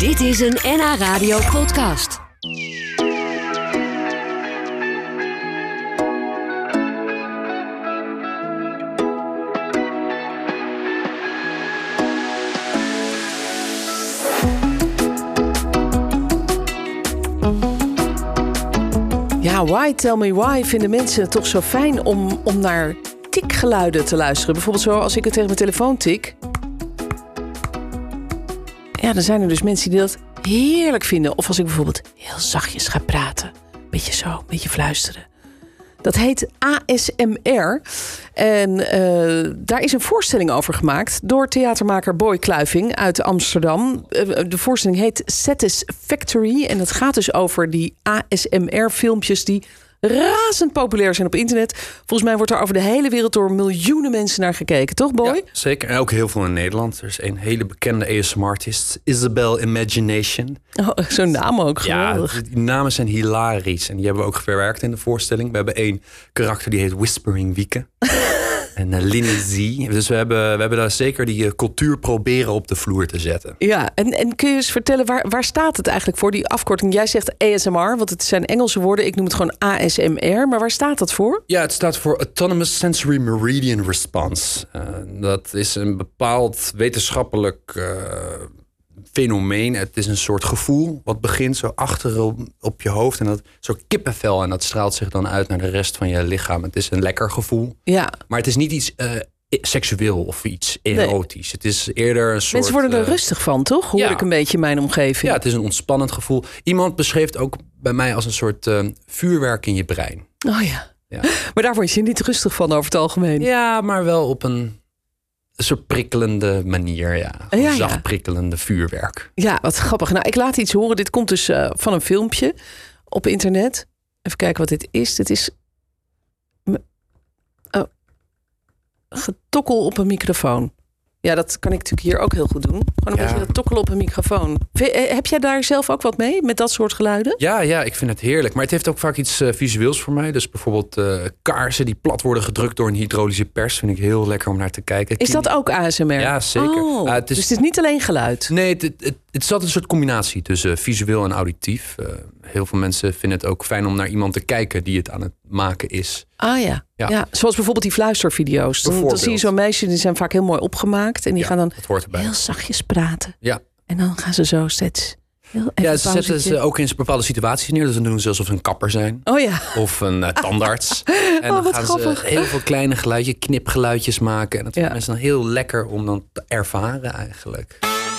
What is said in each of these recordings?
Dit is een NH Radio podcast. Ja, why, tell me why vinden mensen het toch zo fijn om naar tikgeluiden te luisteren? Bijvoorbeeld zo als ik het tegen mijn telefoon tik. Ja, dan zijn er dus mensen die dat heerlijk vinden. Of als ik bijvoorbeeld heel zachtjes ga praten. Beetje zo, een beetje fluisteren. Dat heet ASMR. En daar is een voorstelling over gemaakt door theatermaker Boy Kluiving uit Amsterdam. De voorstelling heet Satisfactory. En het gaat dus over die ASMR-filmpjes die razend populair zijn op internet. Volgens mij wordt er over de hele wereld door miljoenen mensen naar gekeken, toch Boy? Ja, zeker. En ook heel veel in Nederland. Er is een hele bekende ASMR-artist, Isabel Imagination. Oh, zo'n naam ook, geweldig. Ja, die namen zijn hilarisch. En die hebben we ook verwerkt in de voorstelling. We hebben één karakter die heet Whispering Wieke. En Lindsay. Dus we hebben daar zeker die cultuur proberen op de vloer te zetten. Ja, en kun je eens vertellen, waar staat het eigenlijk voor, die afkorting? Jij zegt ASMR, want het zijn Engelse woorden. Ik noem het gewoon ASMR. Maar waar staat dat voor? Ja, het staat voor Autonomous Sensory Meridian Response. Dat is een bepaald wetenschappelijk fenomeen. Het is een soort gevoel wat begint zo achter op je hoofd. En dat soort kippenvel. En dat straalt zich dan uit naar de rest van je lichaam. Het is een lekker gevoel. Ja. Maar het is niet iets seksueel of iets erotisch. Nee. Het is eerder een soort... Mensen worden er rustig van, toch? Hoor ik een beetje in mijn omgeving. Ja, het is een ontspannend gevoel. Iemand beschreef het ook bij mij als een soort vuurwerk in je brein. Oh ja. Maar daar word je niet rustig van over het algemeen. Ja, maar wel op een soort prikkelende manier, ja. Zacht prikkelende vuurwerk. Ja, wat grappig. Nou, ik laat iets horen. Dit komt dus van een filmpje op internet. Even kijken wat dit is. Dit is getokkel op een microfoon. Ja, dat kan ik natuurlijk hier ook heel goed doen. Gewoon een beetje tokkelen op een microfoon. Heb jij daar zelf ook wat mee, met dat soort geluiden? Ja, ik vind het heerlijk. Maar het heeft ook vaak iets visueels voor mij. Dus bijvoorbeeld kaarsen die plat worden gedrukt door een hydraulische pers. Vind ik heel lekker om naar te kijken. Is dat ook ASMR? Ja, zeker. Dus het is niet alleen geluid? Nee, het is altijd een soort combinatie tussen visueel en auditief. Heel veel mensen vinden het ook fijn om naar iemand te kijken die het aan het maken is. Ah ja. Zoals bijvoorbeeld die fluistervideo's. Dan zie je zo'n meisje, die zijn vaak heel mooi opgemaakt. En die gaan dan heel zachtjes praten. Ja. En dan gaan ze zo steeds... Ze zetten ze ook in bepaalde situaties neer. Dus dan doen ze alsof ze een kapper zijn. Oh ja. Of een tandarts. En dan gaan grappig. ze heel veel kleine geluidjes, knipgeluidjes maken. En dat vinden mensen dan heel lekker om dan te ervaren eigenlijk.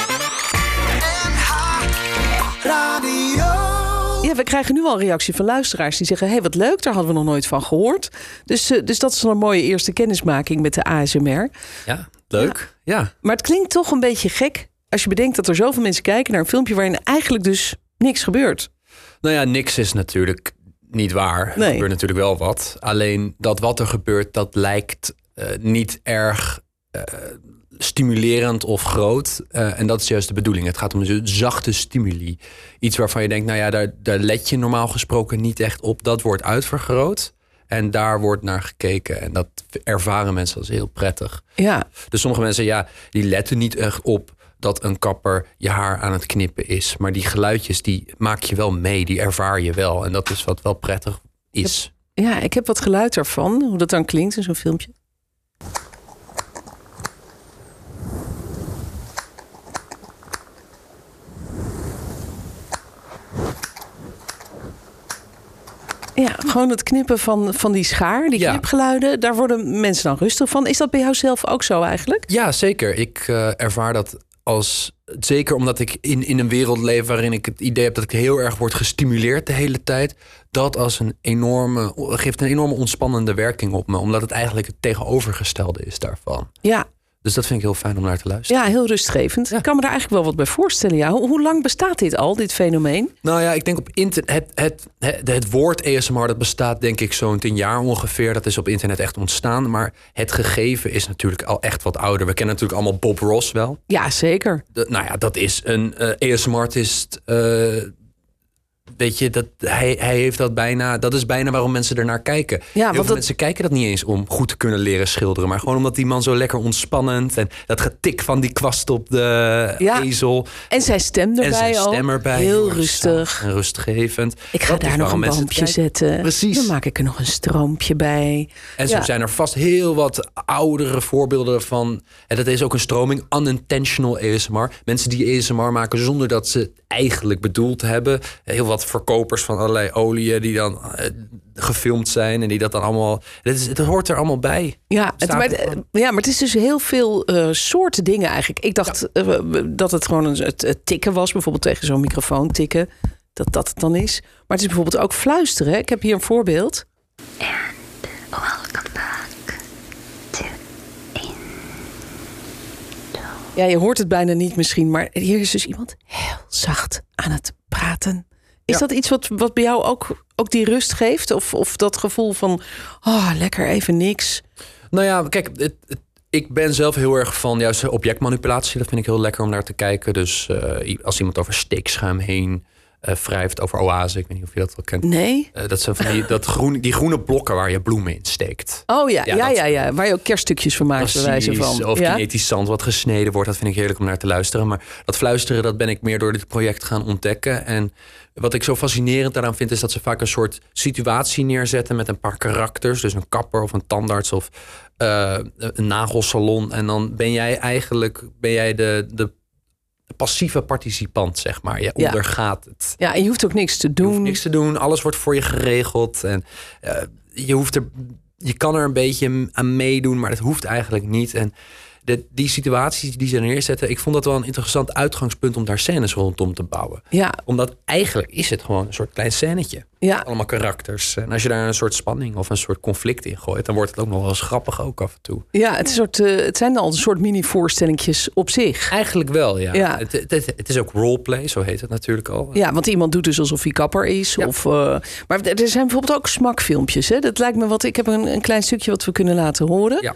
Ja, we krijgen nu al een reactie van luisteraars die zeggen... hey, wat leuk, daar hadden we nog nooit van gehoord. Dus dat is al een mooie eerste kennismaking met de ASMR. Ja, leuk. Ja. Maar het klinkt toch een beetje gek... als je bedenkt dat er zoveel mensen kijken naar een filmpje... waarin eigenlijk dus niks gebeurt. Nou ja, niks is natuurlijk niet waar. Er gebeurt natuurlijk wel wat. Alleen dat wat er gebeurt, dat lijkt niet erg... stimulerend of groot. En dat is juist de bedoeling. Het gaat om een zachte stimuli. Iets waarvan je denkt, nou ja, daar let je normaal gesproken niet echt op. Dat wordt uitvergroot. En daar wordt naar gekeken. En dat ervaren mensen als heel prettig. Ja. Dus sommige mensen, die letten niet echt op dat een kapper je haar aan het knippen is. Maar die geluidjes, die maak je wel mee. Die ervaar je wel. En dat is wat wel prettig is. Ik heb wat geluid ervan. Hoe dat dan klinkt in zo'n filmpje. Ja, gewoon het knippen van die schaar, die knipgeluiden. Daar worden mensen dan rustig van. Is dat bij jou zelf ook zo eigenlijk? Ja, zeker. Ik ervaar dat zeker omdat ik in een wereld leef waarin ik het idee heb dat ik heel erg word gestimuleerd de hele tijd. Dat geeft een enorme ontspannende werking op me. Omdat het eigenlijk het tegenovergestelde is daarvan. Ja. Dus dat vind ik heel fijn om naar te luisteren. Ja, heel rustgevend. Ja. Ik kan me daar eigenlijk wel wat bij voorstellen. Ja. Hoe lang bestaat dit al, dit fenomeen? Nou ja, ik denk op internet... Het woord ASMR, dat bestaat denk ik zo'n 10 jaar ongeveer. Dat is op internet echt ontstaan. Maar het gegeven is natuurlijk al echt wat ouder. We kennen natuurlijk allemaal Bob Ross wel. Ja, zeker. Dat is een ASMR-artist... weet je, hij heeft dat bijna... Dat is bijna waarom mensen ernaar kijken. Ja, heel veel mensen kijken dat niet eens om goed te kunnen leren schilderen. Maar gewoon omdat die man zo lekker ontspannend... en dat getik van die kwast op de ezel. En zijn stem erbij heel rustig. En rustgevend. Ik ga daar nog een lampje zetten. Precies. Dan maak ik er nog een stroompje bij. En zo zijn er vast heel wat oudere voorbeelden van... En dat is ook een stroming, unintentional ASMR. Mensen die ASMR maken zonder dat ze het eigenlijk bedoeld hebben. Heel wat verkopers van allerlei oliën die dan gefilmd zijn... en die dat dan allemaal... Het hoort er allemaal bij. Ja, maar het is dus heel veel soorten dingen eigenlijk. Ik dacht dat het gewoon het tikken was. Bijvoorbeeld tegen zo'n microfoon tikken. Dat het dan is. Maar het is bijvoorbeeld ook fluisteren. Ik heb hier een voorbeeld. And welcome back to Indo. Ja, je hoort het bijna niet misschien. Maar hier is dus iemand heel zacht aan het praten. Is dat iets wat bij jou ook die rust geeft? Of dat gevoel van, lekker even niks? Nou ja, kijk, ik ben zelf heel erg van juist objectmanipulatie. Dat vind ik heel lekker om naar te kijken. Dus als iemand over steekschuim heen wrijft, over oase. Ik weet niet of je dat wel kent. Nee. Dat zijn van die groene blokken waar je bloemen in steekt. Oh ja. Waar je ook kerststukjes van maakt, bij wijze van. Of kinetisch zand wat gesneden wordt. Dat vind ik heerlijk om naar te luisteren. Maar dat fluisteren, dat ben ik meer door dit project gaan ontdekken. En wat ik zo fascinerend daaraan vind, is dat ze vaak een soort situatie neerzetten met een paar karakters. Dus een kapper of een tandarts of een nagelsalon. En dan ben jij de passieve participant, zeg maar. Je ondergaat het. Ja, en je hoeft ook niks te doen. Je hoeft niks te doen. Alles wordt voor je geregeld. En je kan er een beetje aan meedoen, maar dat hoeft eigenlijk niet. En die situaties die ze neerzetten, ik vond dat wel een interessant uitgangspunt om daar scènes rondom te bouwen. Ja. Omdat eigenlijk is het gewoon een soort klein scènetje. Ja. Allemaal karakters. En als je daar een soort spanning of een soort conflict in gooit, dan wordt het ook nog wel eens grappig ook af en toe. Ja, het zijn al een soort mini-voorstellingjes op zich. Eigenlijk wel, ja. Het is ook roleplay, zo heet het natuurlijk al. Ja, want iemand doet dus alsof hij kapper is. Ja. Maar er zijn bijvoorbeeld ook smakfilmpjes. Hè? Dat lijkt me wat. Ik heb een klein stukje wat we kunnen laten horen. Ja.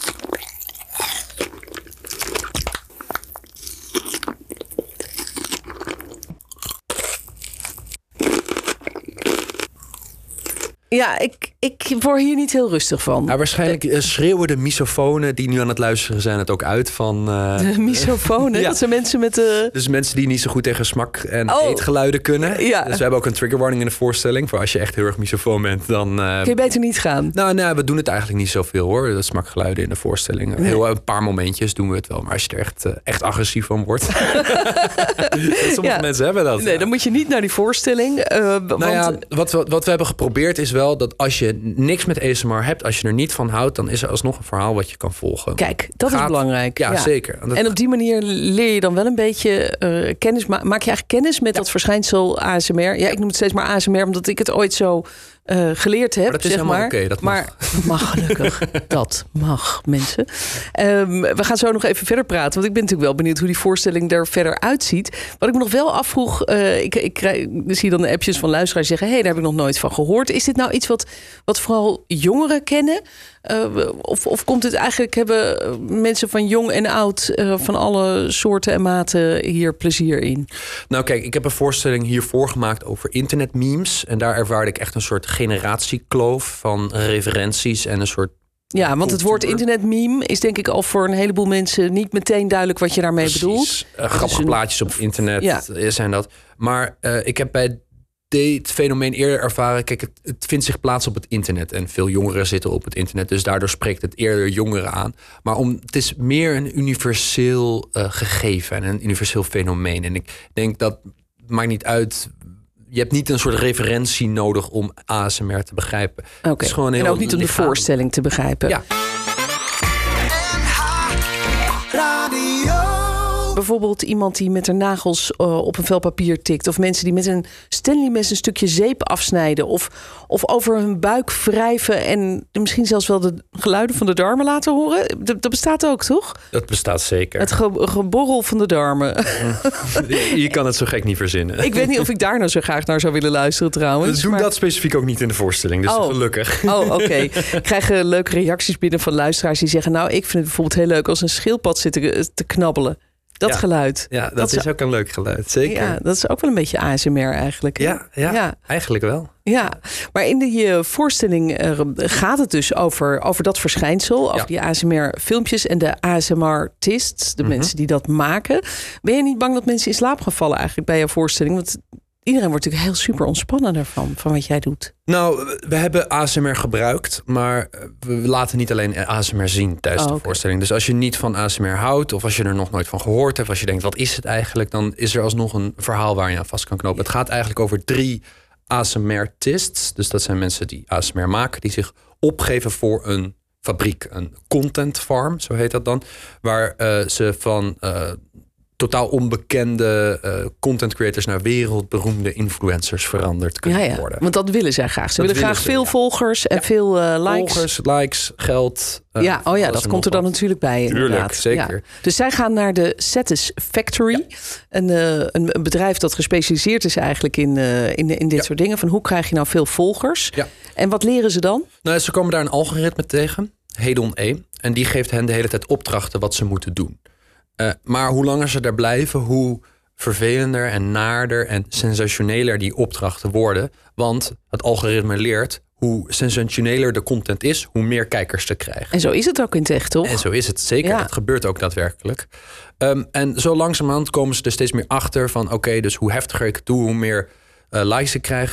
Ja, ik word hier niet heel rustig van. Ja, waarschijnlijk schreeuwen de misofonen die nu aan het luisteren zijn het ook uit van... de misofonen? Dat zijn mensen met... Dus mensen die niet zo goed tegen smak- en eetgeluiden kunnen. Ja. Dus we hebben ook een trigger warning in de voorstelling. Voor als je echt heel erg misofoon bent, dan... Kun je beter niet gaan? Nou, we doen het eigenlijk niet zoveel hoor. Dat smakgeluiden in de voorstelling. Nee. Een paar momentjes doen we het wel. Maar als je er echt agressief van wordt... Sommige mensen hebben dat. Nee, dan moet je niet naar die voorstelling. Wat we hebben geprobeerd is wel dat als je niks met ASMR hebt, als je er niet van houdt, dan is er alsnog een verhaal wat je kan volgen. Kijk, dat is belangrijk. Ja, zeker. En op die manier leer je dan wel een beetje kennis. Maak je eigenlijk kennis met dat verschijnsel ASMR? Ja, ik noem het steeds maar ASMR, omdat ik het ooit zo geleerd heb. Maar dat is helemaal oké, dat mag. Maar dat mag gelukkig. Dat mag, mensen. We gaan zo nog even verder praten, want ik ben natuurlijk wel benieuwd hoe die voorstelling er verder uitziet. Wat ik me nog wel afvroeg, ik zie dan de appjes van luisteraars zeggen, daar heb ik nog nooit van gehoord. Is dit nou iets wat vooral jongeren kennen? Of komt het eigenlijk, hebben mensen van jong en oud van alle soorten en maten hier plezier in? Nou kijk, ik heb een voorstelling hiervoor gemaakt over internetmemes. En daar ervaarde ik echt een soort generatiekloof van referenties en een soort... Ja, want het woord internetmeme is denk ik al voor een heleboel mensen niet meteen duidelijk wat je daarmee bedoelt. Grappige plaatjes op internet zijn dat. Maar ik heb bij dit fenomeen eerder ervaren. Kijk, het vindt zich plaats op het internet. En veel jongeren zitten op het internet. Dus daardoor spreekt het eerder jongeren aan. Maar het is meer een universeel gegeven. En een universeel fenomeen. En ik denk dat het maakt niet uit. Je hebt niet een soort referentie nodig om ASMR te begrijpen. Okay. Het is gewoon heel en ook niet om de voorstelling te begrijpen. Ja. Bijvoorbeeld iemand die met haar nagels op een vel papier tikt. Of mensen die met een Stanley mes een stukje zeep afsnijden. Of over hun buik wrijven en misschien zelfs wel de geluiden van de darmen laten horen. Dat bestaat ook, toch? Dat bestaat zeker. Het geborrel van de darmen. Je kan het zo gek niet verzinnen. Ik weet niet of ik daar nou zo graag naar zou willen luisteren trouwens. We doen dat specifiek ook niet in de voorstelling. Dus gelukkig. Oh, oké. Ik krijg leuke reacties binnen van luisteraars die zeggen, nou, ik vind het bijvoorbeeld heel leuk als een schildpad zit te knabbelen. Dat geluid. Ja, dat is ook een leuk geluid, zeker. Ja, dat is ook wel een beetje ASMR eigenlijk. Hè? Ja, eigenlijk wel. Ja, maar in die voorstelling gaat het dus over dat verschijnsel. Over die ASMR-filmpjes en de ASMR-artists. De mensen die dat maken. Ben je niet bang dat mensen in slaap gaan vallen eigenlijk bij jouw voorstelling? Want iedereen wordt natuurlijk heel super ontspannen ervan, van wat jij doet. Nou, we hebben ASMR gebruikt, maar we laten niet alleen ASMR zien tijdens de voorstelling. Dus als je niet van ASMR houdt, of als je er nog nooit van gehoord hebt, als je denkt, wat is het eigenlijk? Dan is er alsnog een verhaal waar je aan vast kan knopen. Het gaat eigenlijk over 3 ASMR-artists. Dus dat zijn mensen die ASMR maken, die zich opgeven voor een fabriek. Een content farm, zo heet dat dan. Waar ze van totaal onbekende content creators naar wereldberoemde influencers veranderd kunnen worden. Want dat willen zij graag. Ze willen graag veel volgers en veel likes. Volgers, likes, geld. Dat komt er dan natuurlijk bij. Tuurlijk, zeker. Ja. Dus zij gaan naar de Satisfactory. Een bedrijf dat gespecialiseerd is eigenlijk in dit soort dingen. Van hoe krijg je nou veel volgers? Ja. En wat leren ze dan? Nou, ze komen daar een algoritme tegen. Hedon E. En die geeft hen de hele tijd opdrachten wat ze moeten doen. Maar hoe langer ze daar blijven, hoe vervelender en naarder en sensationeler die opdrachten worden. Want het algoritme leert hoe sensationeler de content is, hoe meer kijkers ze krijgen. En zo is het ook in het echt, toch? En zo is het, zeker. Ja. Dat gebeurt ook daadwerkelijk. En zo langzamerhand komen ze er steeds meer achter van oké, dus hoe heftiger ik het doe, hoe meer likes ik krijg.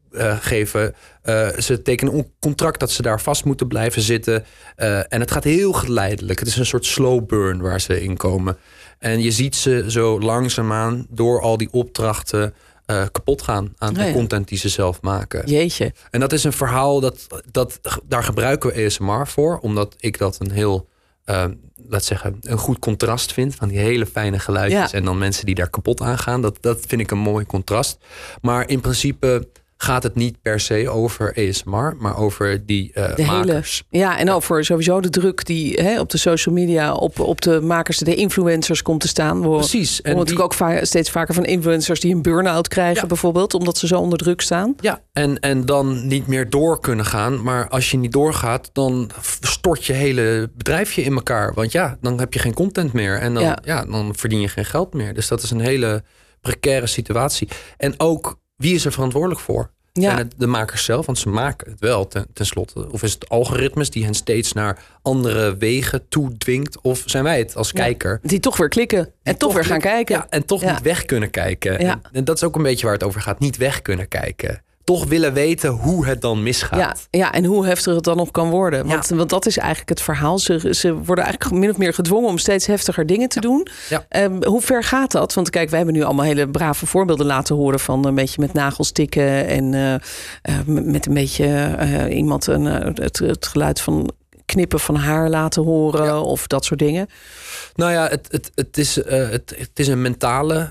Ze tekenen een contract dat ze daar vast moeten blijven zitten. En het gaat heel geleidelijk. Het is een soort slow burn waar ze in komen. En je ziet ze zo langzaamaan door al die opdrachten kapot gaan aan de content die ze zelf maken. Jeetje. En dat is een verhaal daar gebruiken we ASMR voor. Omdat ik dat een heel, een goed contrast vind. Van die hele fijne geluidjes. Ja. En dan mensen die daar kapot aan gaan. Dat vind ik een mooi contrast. Maar in principe gaat het niet per se over ASMR, maar over die makers. En over sowieso de druk die op de social media op de makers, de influencers komt te staan. Precies. En natuurlijk ook steeds vaker van influencers die een burn-out krijgen bijvoorbeeld, omdat ze zo onder druk staan. Ja, en dan niet meer door kunnen gaan. Maar als je niet doorgaat, dan stort je hele bedrijfje in elkaar. Want dan heb je geen content meer. En dan verdien je geen geld meer. Dus dat is een hele precaire situatie. En ook, wie is er verantwoordelijk voor? Zijn het de makers zelf? Want ze maken het wel tenslotte. Of is het algoritmes die hen steeds naar andere wegen toedwingt? Of zijn wij het als kijker? Die toch weer klikken en toch weer gaan kijken. Ja, en toch niet weg kunnen kijken. Ja. En dat is ook een beetje waar het over gaat. Niet weg kunnen kijken. Toch willen weten hoe het dan misgaat. Ja, en hoe heftig het dan nog kan worden. Want dat is eigenlijk het verhaal. Ze worden eigenlijk min of meer gedwongen om steeds heftiger dingen te doen. Ja. Hoe ver gaat dat? Want kijk, wij hebben nu allemaal hele brave voorbeelden laten horen van een beetje met nagels tikken en met een beetje iemand het geluid van knippen van haar laten horen of dat soort dingen. Nou ja, het is een mentale.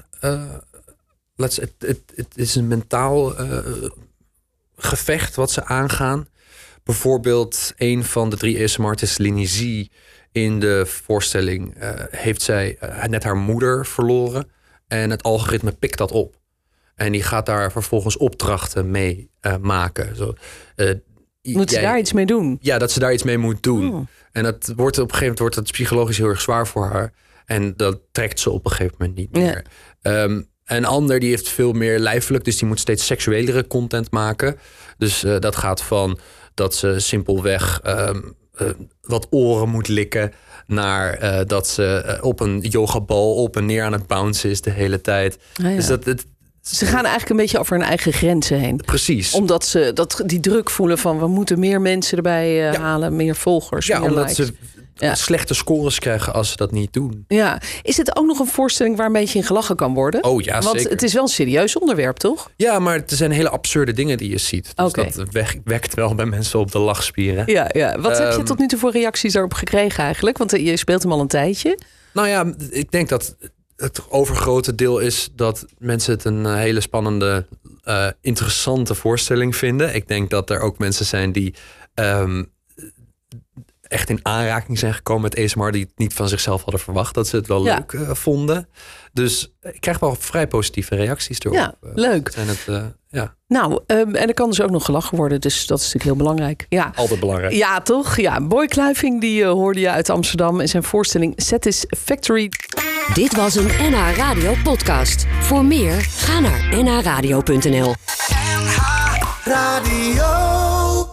Het is een mentaal gevecht wat ze aangaan. Bijvoorbeeld een van de 3 ASMR-artists, Lini Z, in de voorstelling heeft zij net haar moeder verloren. En het algoritme pikt dat op. En die gaat daar vervolgens opdrachten mee maken. Moet ze daar iets mee doen? Ja, dat ze daar iets mee moet doen. Oh. En dat wordt op een gegeven moment wordt dat psychologisch heel erg zwaar voor haar. En dat trekt ze op een gegeven moment niet meer. Een ander die heeft veel meer lijfelijk, dus die moet steeds seksuelere content maken. Dus dat gaat van dat ze simpelweg wat oren moet likken, naar dat ze op een yogabal op en neer aan het bouncen is de hele tijd. Dus ze gaan eigenlijk een beetje over hun eigen grenzen heen. Precies. Omdat ze die druk voelen van we moeten meer mensen erbij halen, meer volgers, meer omdat likes. Ze slechte scores krijgen als ze dat niet doen. Ja, is het ook nog een voorstelling waar een beetje in gelachen kan worden? Oh ja, want zeker. Het is wel een serieus onderwerp, toch? Ja, maar het zijn hele absurde dingen die je ziet. Dus dat wekt wel bij mensen op de lachspieren. Ja. Wat heb je tot nu toe voor reacties daarop gekregen eigenlijk? Want je speelt hem al een tijdje. Nou ja, ik denk dat het overgrote deel is dat mensen het een hele spannende, interessante voorstelling vinden. Ik denk dat er ook mensen zijn die echt in aanraking zijn gekomen met ASMR, die het niet van zichzelf hadden verwacht, dat ze het wel leuk vonden. Dus ik krijg wel vrij positieve reacties erop. Ja, leuk. Nou, en er kan dus ook nog gelachen worden, dus dat is natuurlijk heel belangrijk. Ja. Altijd belangrijk. Ja, toch? Ja, Boy Kluiving, die hoorde je uit Amsterdam in zijn voorstelling Satisfactory. Dit was een NH Radio podcast. Voor meer, ga naar nhradio.nl. NH Radio.